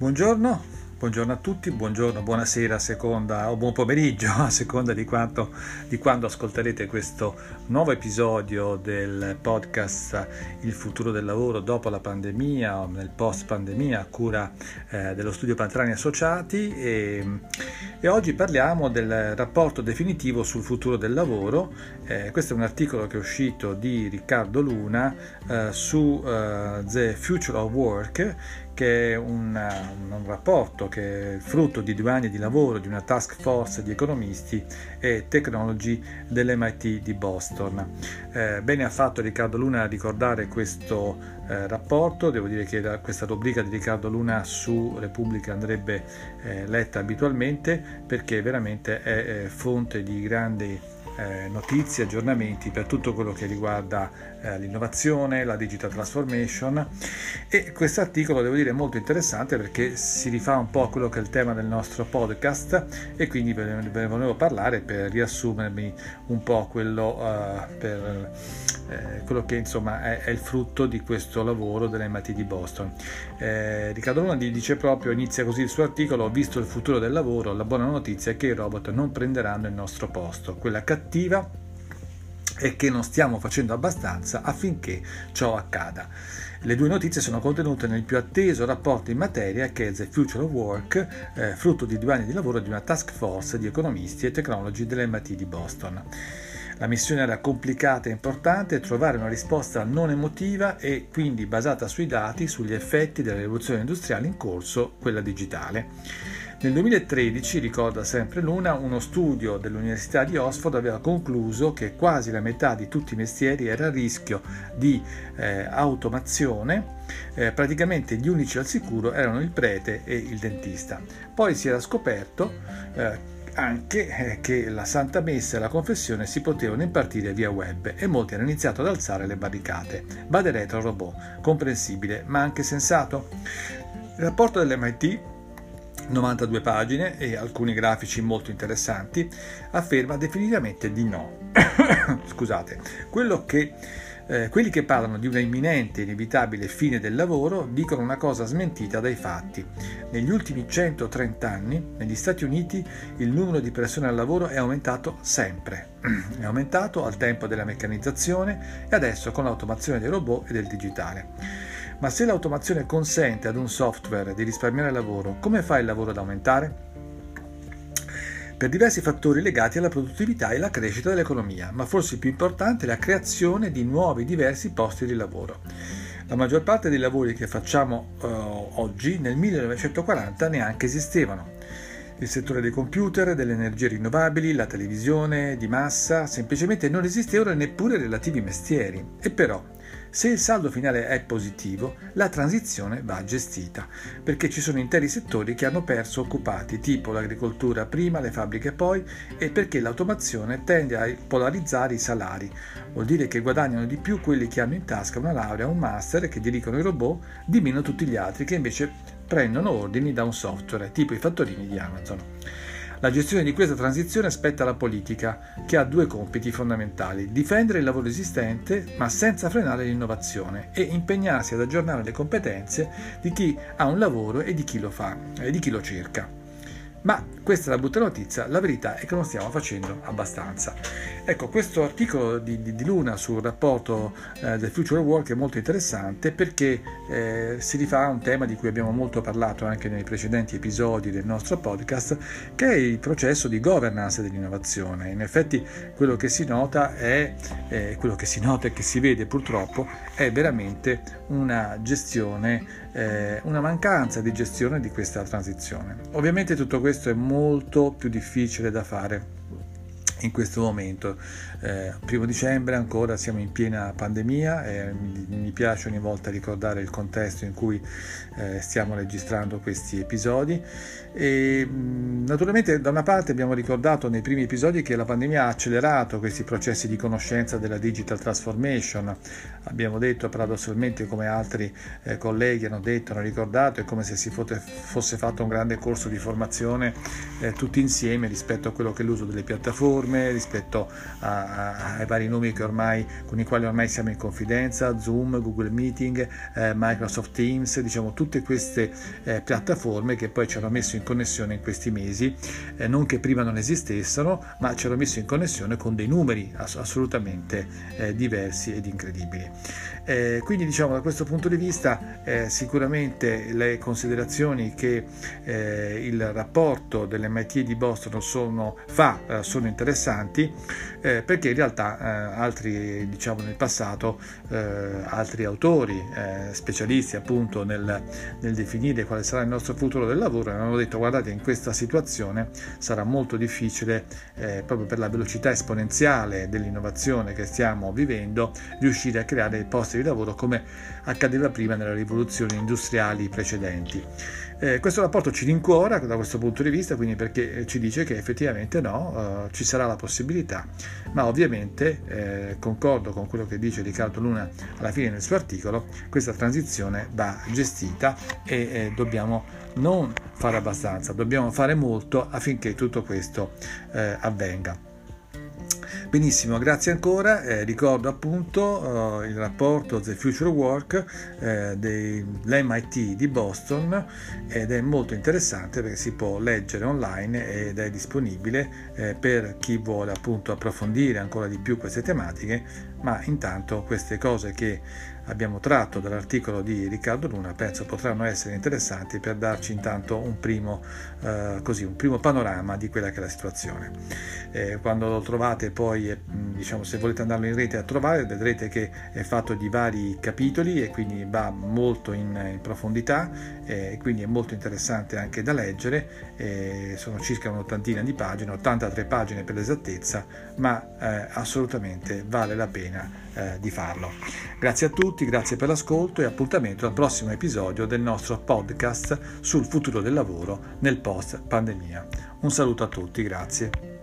Buongiorno a tutti, buonasera a seconda o buon pomeriggio a seconda di quando ascolterete questo nuovo episodio del podcast Il futuro del lavoro dopo la pandemia o nel post pandemia a cura dello studio Pantrani Associati e oggi parliamo del rapporto definitivo sul futuro del lavoro. Questo è un articolo che è uscito di Riccardo Luna su The Future of Work, che è un rapporto che è frutto di 2 anni di lavoro di una task force di economisti e tecnologi dell'MIT di Boston. Bene ha fatto Riccardo Luna a ricordare questo rapporto. Devo dire che questa rubrica di Riccardo Luna su Repubblica andrebbe letta abitualmente, perché veramente è fonte di grandi notizie, aggiornamenti per tutto quello che riguarda l'innovazione, la digital transformation, e questo articolo devo dire è molto interessante perché si rifà un po' a quello che è il tema del nostro podcast, e quindi ve ne volevo parlare per riassumermi un po' quello che insomma è il frutto di questo lavoro dell'MIT di Boston. Riccardo Luna dice proprio, inizia così il suo articolo: ho visto il futuro del lavoro, la buona notizia è che i robot non prenderanno il nostro posto, quella cattiva è che non stiamo facendo abbastanza affinché ciò accada. Le 2 notizie sono contenute nel più atteso rapporto in materia, che è The Future of Work, frutto di 2 anni di lavoro di una task force di economisti e tecnologi dell'MIT di Boston. La missione era complicata e importante: trovare una risposta non emotiva e quindi basata sui dati, sugli effetti della rivoluzione industriale in corso, quella digitale. Nel 2013, ricorda sempre Luna, uno studio dell'Università di Oxford aveva concluso che quasi la metà di tutti i mestieri era a rischio di automazione. Praticamente gli unici al sicuro erano il prete e il dentista. Poi si era scoperto anche che la Santa Messa e la confessione si potevano impartire via web, e molti hanno iniziato ad alzare le barricate. Baderete al robot, comprensibile ma anche sensato? Il rapporto dell'MIT, 92 pagine e alcuni grafici molto interessanti, afferma definitivamente di no. Scusate, quelli che parlano di una imminente e inevitabile fine del lavoro dicono una cosa smentita dai fatti. Negli ultimi 130 anni negli Stati Uniti il numero di persone al lavoro è aumentato sempre. È aumentato al tempo della meccanizzazione e adesso con l'automazione dei robot e del digitale. Ma se l'automazione consente ad un software di risparmiare lavoro, come fa il lavoro ad aumentare? Per diversi fattori legati alla produttività e alla crescita dell'economia, ma forse il più importante è la creazione di nuovi diversi posti di lavoro. La maggior parte dei lavori che facciamo oggi nel 1940 neanche esistevano. Il settore dei computer, delle energie rinnovabili, la televisione di massa semplicemente non esistevano, neppure relativi mestieri. E però, se il saldo finale è positivo, la transizione va gestita, perché ci sono interi settori che hanno perso occupati, tipo l'agricoltura prima, le fabbriche poi, e perché l'automazione tende a polarizzare i salari. Vuol dire che guadagnano di più quelli che hanno in tasca una laurea o un master e che dirigono i robot, di meno tutti gli altri che invece prendono ordini da un software, tipo i fattorini di Amazon. La gestione di questa transizione spetta alla politica, che ha 2 compiti fondamentali: difendere il lavoro esistente, ma senza frenare l'innovazione, e impegnarsi ad aggiornare le competenze di chi ha un lavoro e di chi lo fa e di chi lo cerca. Ma questa è la brutta notizia, la verità è che non stiamo facendo abbastanza. Ecco, questo articolo di Luna sul rapporto del Future of Work è molto interessante perché si rifà a un tema di cui abbiamo molto parlato anche nei precedenti episodi del nostro podcast, che è il processo di governance dell'innovazione. In effetti quello che si nota e che si vede purtroppo è veramente una mancanza di gestione di questa transizione. Ovviamente tutto questo è molto più difficile da fare in questo momento. 1 dicembre ancora, siamo in piena pandemia e mi piace ogni volta ricordare il contesto in cui stiamo registrando questi episodi. E naturalmente da una parte abbiamo ricordato nei primi episodi che la pandemia ha accelerato questi processi di conoscenza della digital transformation. Abbiamo detto paradossalmente, come altri colleghi hanno ricordato, è come se si fosse fatto un grande corso di formazione tutti insieme rispetto a quello che è l'uso delle piattaforme, piattaforme, rispetto ai vari nomi con i quali ormai siamo in confidenza, Zoom, Google Meeting, Microsoft Teams, diciamo tutte queste piattaforme che poi ci hanno messo in connessione in questi mesi, non che prima non esistessero, ma ci hanno messo in connessione con dei numeri assolutamente diversi ed incredibili. Quindi diciamo da questo punto di vista sicuramente le considerazioni che il rapporto dell'MIT di Boston sono interessanti, perché in realtà altri, diciamo nel passato, altri autori specialisti appunto nel definire quale sarà il nostro futuro del lavoro hanno detto: guardate, in questa situazione sarà molto difficile, proprio per la velocità esponenziale dell'innovazione che stiamo vivendo, riuscire a creare dei posti di lavoro come accadeva prima nelle rivoluzioni industriali precedenti. Questo rapporto ci rincuora da questo punto di vista, quindi, perché ci dice che effettivamente ci sarà la possibilità, ma ovviamente concordo con quello che dice Riccardo Luna alla fine del suo articolo: questa transizione va gestita e dobbiamo non fare abbastanza, dobbiamo fare molto affinché tutto questo avvenga. Benissimo, grazie ancora. Ricordo appunto il rapporto The Future Work dell'MIT di Boston, ed è molto interessante perché si può leggere online ed è disponibile per chi vuole appunto approfondire ancora di più queste tematiche, ma intanto queste cose che abbiamo tratto dall'articolo di Riccardo Luna penso potranno essere interessanti per darci intanto un primo panorama di quella che è la situazione. Quando lo trovate poi, diciamo, se volete andarlo in rete a trovare, vedrete che è fatto di vari capitoli e quindi va molto in profondità, quindi è molto interessante anche da leggere. Sono circa un'ottantina di pagine, 83 pagine per l'esattezza, ma assolutamente vale la pena di farlo. Grazie a tutti, grazie per l'ascolto e appuntamento al prossimo episodio del nostro podcast sul futuro del lavoro nel post pandemia. Un saluto a tutti, grazie.